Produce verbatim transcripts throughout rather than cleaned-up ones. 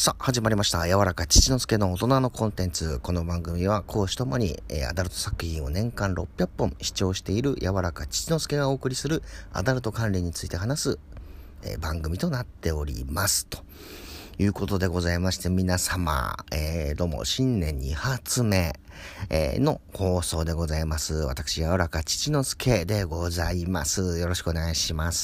さあ始まりました。柔らか父之助の大人のコンテンツ。この番組は講師ともに、えー、アダルト作品を年間ろっぴゃっぽん視聴している柔らか父之助がお送りするアダルト関連について話す、えー、番組となっておりますということでございまして、皆様、えー、どうも新年に発目、えー、の放送でございます。私柔らか父之助でございます。よろしくお願いします。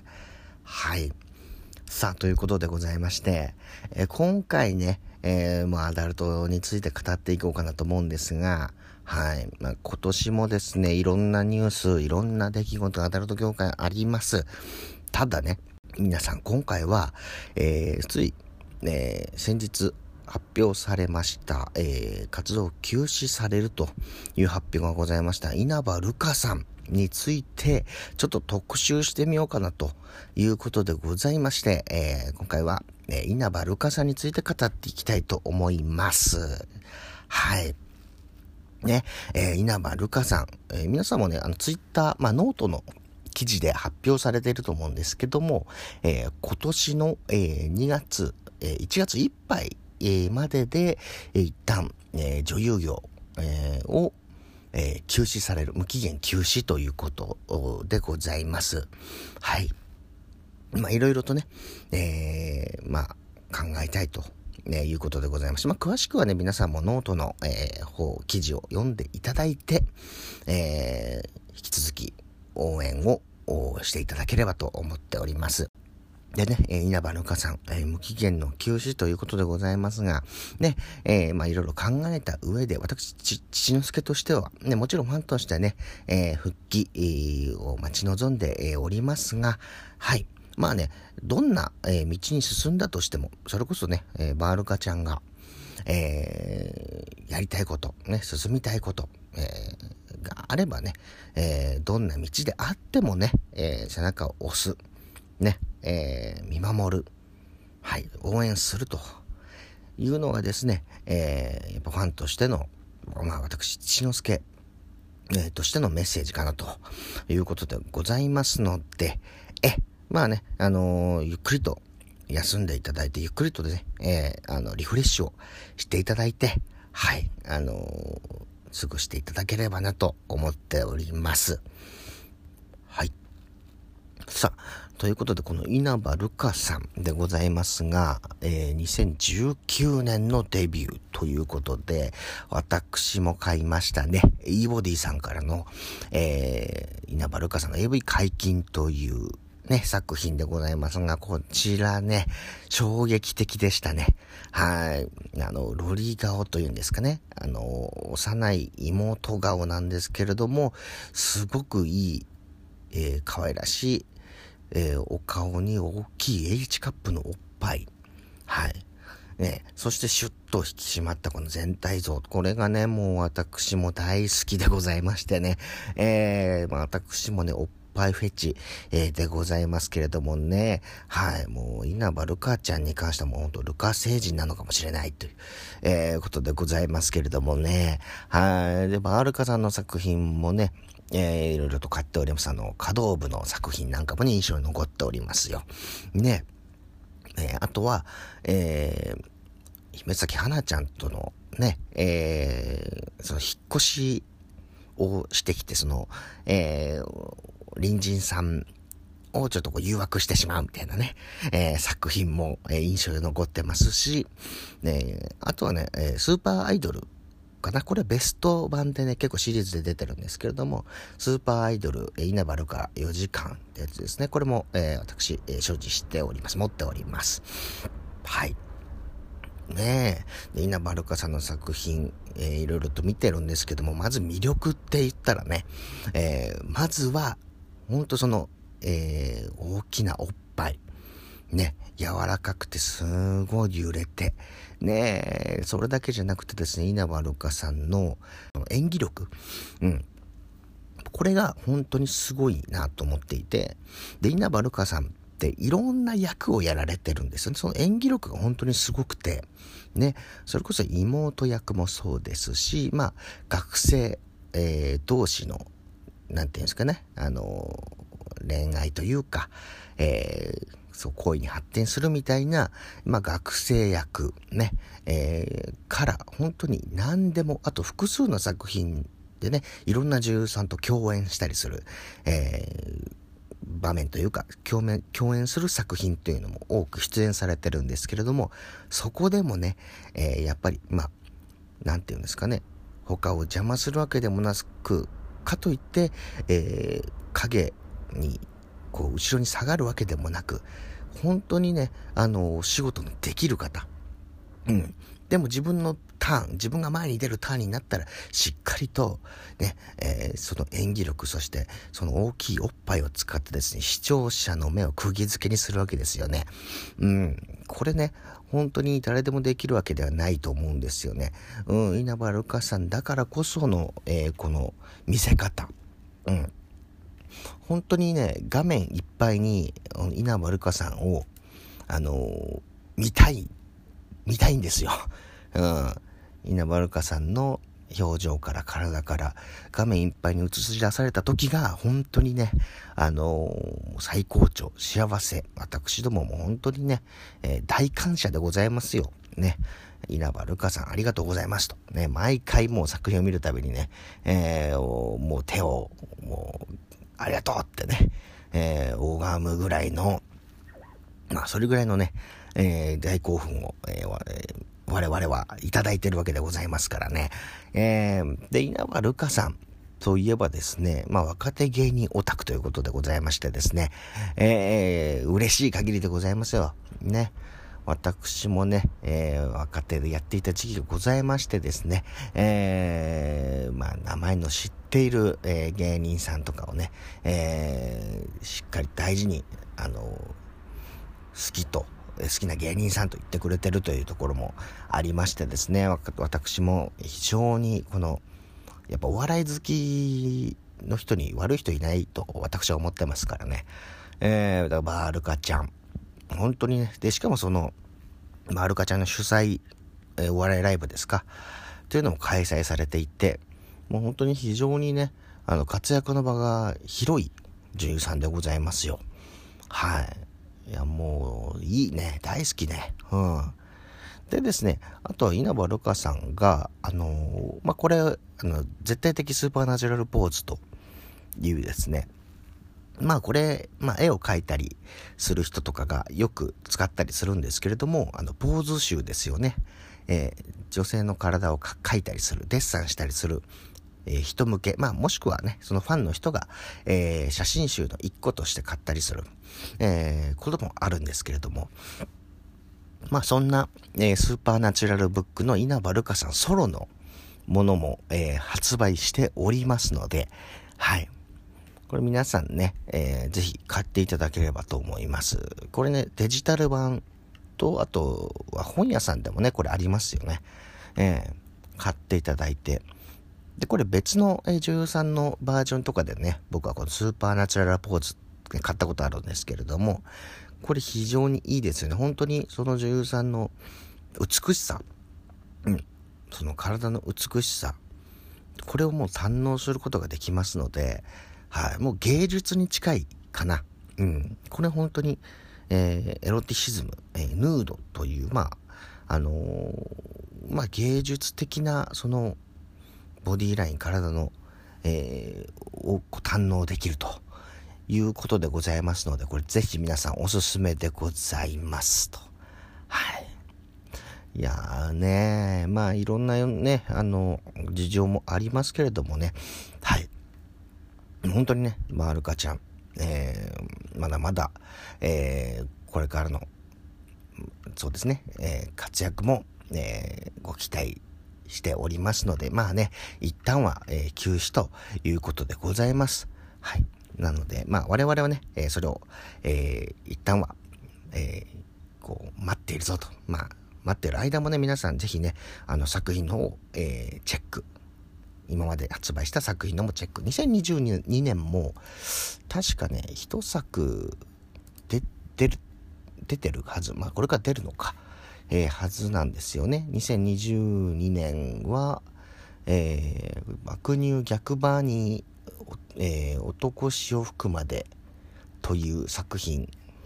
はい。さあ、ということでございまして、えー、今回ね、えー、まあ、アダルトについて語っていこうかなと思うんですが、はい。まあ、今年もですね、いろんなニュース、いろんな出来事、アダルト業界あります。ただね、皆さん、今回は、えー、つい、えー、先日発表されました、えー、活動休止されるという発表がございました、稲葉ルカさんについてちょっと特集してみようかなということでございまして、えー、今回は、えー、稲葉ルカさんについて語っていきたいと思います。はい。ね、えー、稲葉ルカさん、えー、皆さんもね、あのツイッター、まあノートの記事で発表されていると思うんですけども、えー、今年の、えー、にがつ、えー、いちがついっぱい、えー、までで、えー、一旦、えー、女優業、えー、をえー、休止される、無期限休止ということでございます。はい。まあ、いろいろとね、えー、まあ、考えたいと、ね、いうことでございまして、まあ、詳しくはね、皆さんもノートの、えー、方、記事を読んでいただいて、えー、引き続き応援をしていただければと思っております。でね、えー、稲葉ルカさん、えー、無期限の休止ということでございますが、ね、えー、まあいろいろ考えた上で、私、ち、父之助としては、ね、もちろんファンとしてね、えー、復帰、えー、を待ち望んで、えー、おりますが、はい。まあね、どんな、えー、道に進んだとしても、それこそね、えー、バールカちゃんが、えー、やりたいこと、ね、進みたいこと、えー、があればね、えー、どんな道であってもね、えー、背中を押す。ね、えー、見守る、はい、応援するというのがですね、えー、やっぱファンとしての、まあ私、父之助、えー、としてのメッセージかなということでございますので、え、まあね、あのー、ゆっくりと休んでいただいて、ゆっくりとね、えー、あの、リフレッシュをしていただいて、はい、あのー、過ごしていただければなと思っております。はい。さあ、ということで、この稲葉ルカさんでございますが、えー、にせんじゅうきゅうねんのデビューということで、私も買いましたね。e ボディさんからの、えー、稲葉ルカさんの エーブイ 解禁というね、作品でございますが、こちらね、衝撃的でしたね。はい。あの、ロリ顔というんですかね。あの、幼い妹顔なんですけれども、すごくいい、えー、可愛らしい、えー、お顔に大きい H カップのおっぱい。はい。ね、そしてシュッと引き締まったこの全体像。これがね、もう私も大好きでございましてね。えー、まあ、私もね、おっぱいフェチ、えー、でございますけれどもね。はい。もう、稲葉ルカちゃんに関してはもう本当ルカ星人なのかもしれないという、えー、ことでございますけれどもね。はい。で、バールカさんの作品もね、えー、いろいろと買っております。あの、華道部の作品なんかもね、印象に残っておりますよ。ね。えー、あとは、えー、姫崎花ちゃんとのね、えー、その引っ越しをしてきて、その、えー、隣人さんをちょっとこう誘惑してしまうみたいなね、えー、作品も、えー、印象に残ってますし、ね、あとはね、えー、スーパーアイドルかな、これベスト版でね、結構シリーズで出てるんですけれども、スーパーアイドル、えー、稲葉ルカよじかんってやつですね。これも、えー、私、えー、所持しております。持っております。はい。ねえ。で、稲葉ルカさんの作品、えー、いろいろと見てるんですけども、まず魅力って言ったらね、えー、まずは、ほんとその、えー、大きなおっぱい。ね、柔らかくてすごい揺れて、ね、それだけじゃなくてですね、稲葉ルカさんの演技力、うん、これが本当にすごいなと思っていて、で、稲葉ルカさんっていろんな役をやられてるんですよね。その演技力が本当にすごくて、ね、それこそ妹役もそうですし、まあ、学生、えー、同士の、なんていうんですかね、あのー、恋愛というか、えーそう恋に発展するみたいな、まあ、学生役ね、えー、から本当に何でも、あと複数の作品でね、いろんな女優さんと共演したりする、えー、場面というか共演、共演する作品というのも多く出演されてるんですけれども、そこでもね、えー、やっぱりまあなんていうんですかね、他を邪魔するわけでもなく、かといって、えー、影にこう後ろに下がるわけでもなく、本当にね、あの仕事のできる方、うん、でも自分のターン、自分が前に出るターンになったらしっかりとね、えー、その演技力、そしてその大きいおっぱいを使ってですね、視聴者の目を釘付けにするわけですよね。うん、これね、本当に誰でもできるわけではないと思うんですよね。うん、稲葉ルカさんだからこその、えー、この見せ方、うん、本当にね、画面いっぱいに稲葉ルカさんをあのー、見たい見たいんですよ。うん、稲葉ルカさんの表情から体から画面いっぱいに映し出された時が本当にね、あのー、最高潮、幸せ、私どもも本当にね、えー、大感謝でございますよ。ね。稲葉ルカさんありがとうございますと。ね、毎回もう作品を見るたびにね、えー、もう手を、もう、ありがとうってね、えー、拝むぐらいの、まあそれぐらいのね、えー、大興奮を、えー、我々はいただいてるわけでございますからね。えー、で、稲葉ルカさんといえばですね、まあ若手芸人オタクということでございましてですね、えー、嬉しい限りでございますよ。ね。私もね、えー、若手でやっていた時期がございましてですね、えー、まあ名前の知っている、えー、芸人さんとかをね、えー、しっかり大事に、あのー、好きと、好きな芸人さんと言ってくれてるというところもありましてですね、私も非常にこのやっぱお笑い好きの人に悪い人いないと私は思ってますからね。えー、だからバールカちゃん本当にね、でしかもそのバールカちゃんの主催、えー、お笑いライブですかというのも開催されていて、もう本当に非常にね、あの活躍の場が広い女優さんでございますよ。はい。いやもういいね、大好きね。うん。でですね、あとは稲葉ルカさんがあのー、まあこれあの絶対的スーパーナチュラルポーズというですね、まあこれ、まあ絵を描いたりする人とかがよく使ったりするんですけれども、あのポーズ集ですよね。えー、女性の体を描いたりする、デッサンしたりする。えー、人向け、まあもしくはね、そのファンの人が、えー、写真集の一個として買ったりする、えー、こともあるんですけれども、まあそんな、えー、スーパーナチュラルブックの稲葉ルカさんソロのものも、えー、発売しておりますので、はい。これ皆さんね、えー、ぜひ買っていただければと思います。これね、デジタル版と、あとは本屋さんでもね、これありますよね。えー、買っていただいて、で、これ別の女優さんのバージョンとかでね、僕はこのスーパーナチュラルポーズ買ったことあるんですけれども、これ非常にいいですよね。本当にその女優さんの美しさ、うん、その体の美しさ、これをもう堪能することができますので、はい、もう芸術に近いかな。うん、これ本当に、えー、エロティシズム、えー、ヌードという、まあ、あのー、まあ芸術的なそのボディライン、体の、えー、を堪能できるということでございますので、これぜひ皆さんおすすめでございますと。はい。いやーねー、まあいろんなね、あの、事情もありますけれどもね、はい。本当にね、まあルカちゃん、えー、まだまだ、えー、これからの、そうですね、えー、活躍も、えー、ご期待しておりますので、まあね、一旦は、えー、休止ということでございます。はい。なので、まあ我々はね、えー、それを、えー、一旦は、えー、こう、待っているぞと。まあ、待っている間もね、皆さんぜひね、あの作品の方を、えー、チェック。今まで発売した作品のもチェック。にせんにじゅうにねんも、確かね、一作で、出る、出てるはず。まあ、これから出るのか。えー、はずなんですよね。にせんにじゅうにねんは、えー、爆乳逆バーに、えー、男潮吹くまでという作品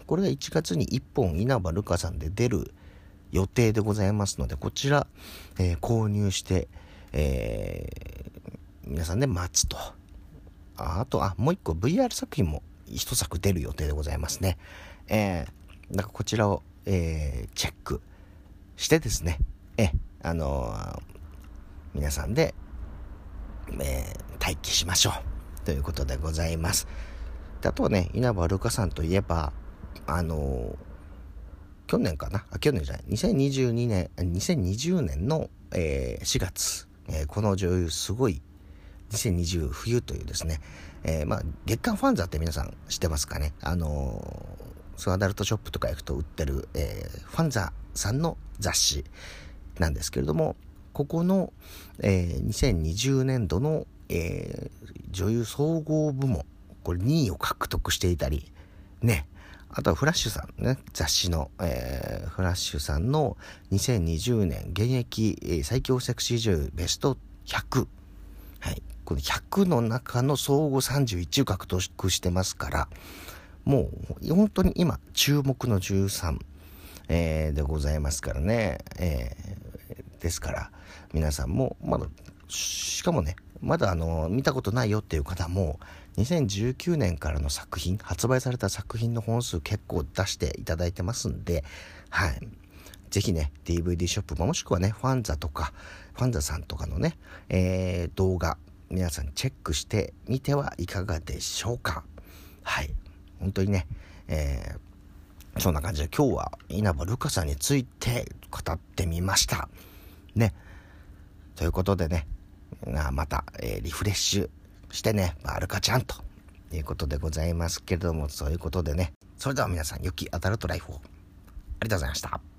これがいちがつにいっぽん稲葉ルカさんで出る予定でございますので、こちら、えー、購入して、えー、皆さんで待つと。あ, あとあもう一個 ブイアール 作品も一作出る予定でございますね。えー、だからこちらを、えー、チェックしてですね、えあのー、皆さんで、えー、待機しましょうということでございます。であとはね、稲葉ルカさんといえばあのー、去年かなあ去年じゃないにせんにじゅうにねんにせんにじゅうねんの、えー、しがつ、えー、この女優すごいにせんにじゅう冬というですね、えー、まあ月刊ファンザって皆さん知ってますかね。あのー、そうアダルトショップとか行くと売ってる、えー、ファンザさんの雑誌なんですけれども、ここの、えー、にせんにじゅうねんどの、えー、女優総合部門これにいを獲得していたりね、あとはフラッシュさんね、雑誌の、えー、フラッシュさんのにせんにじゅうねん現役、えー、最強セクシー女優ベストひゃく、はい、このひゃくの中の総合さんじゅういちを獲得してますから、もう本当に今注目のじゅうさん、えー、でございますからね、えー、ですから皆さんもまだしかもねまだあの見たことないよっていう方もにせんじゅうきゅうねんからの作品発売された作品の本数結構出していただいてますんで、はい、ぜひね ディーブイディー ショップもしくはねファンザとかファンザさんとかのね、えー、動画皆さんチェックしてみてはいかがでしょうか。はい、本当にね、えー、そんな感じで今日は稲葉ルカさんについて語ってみましたね。ということでね、また、えー、リフレッシュしてね、ルカちゃんということでございますけれども、そういうことでね、それでは皆さん良きアダルトライフをありがとうございました。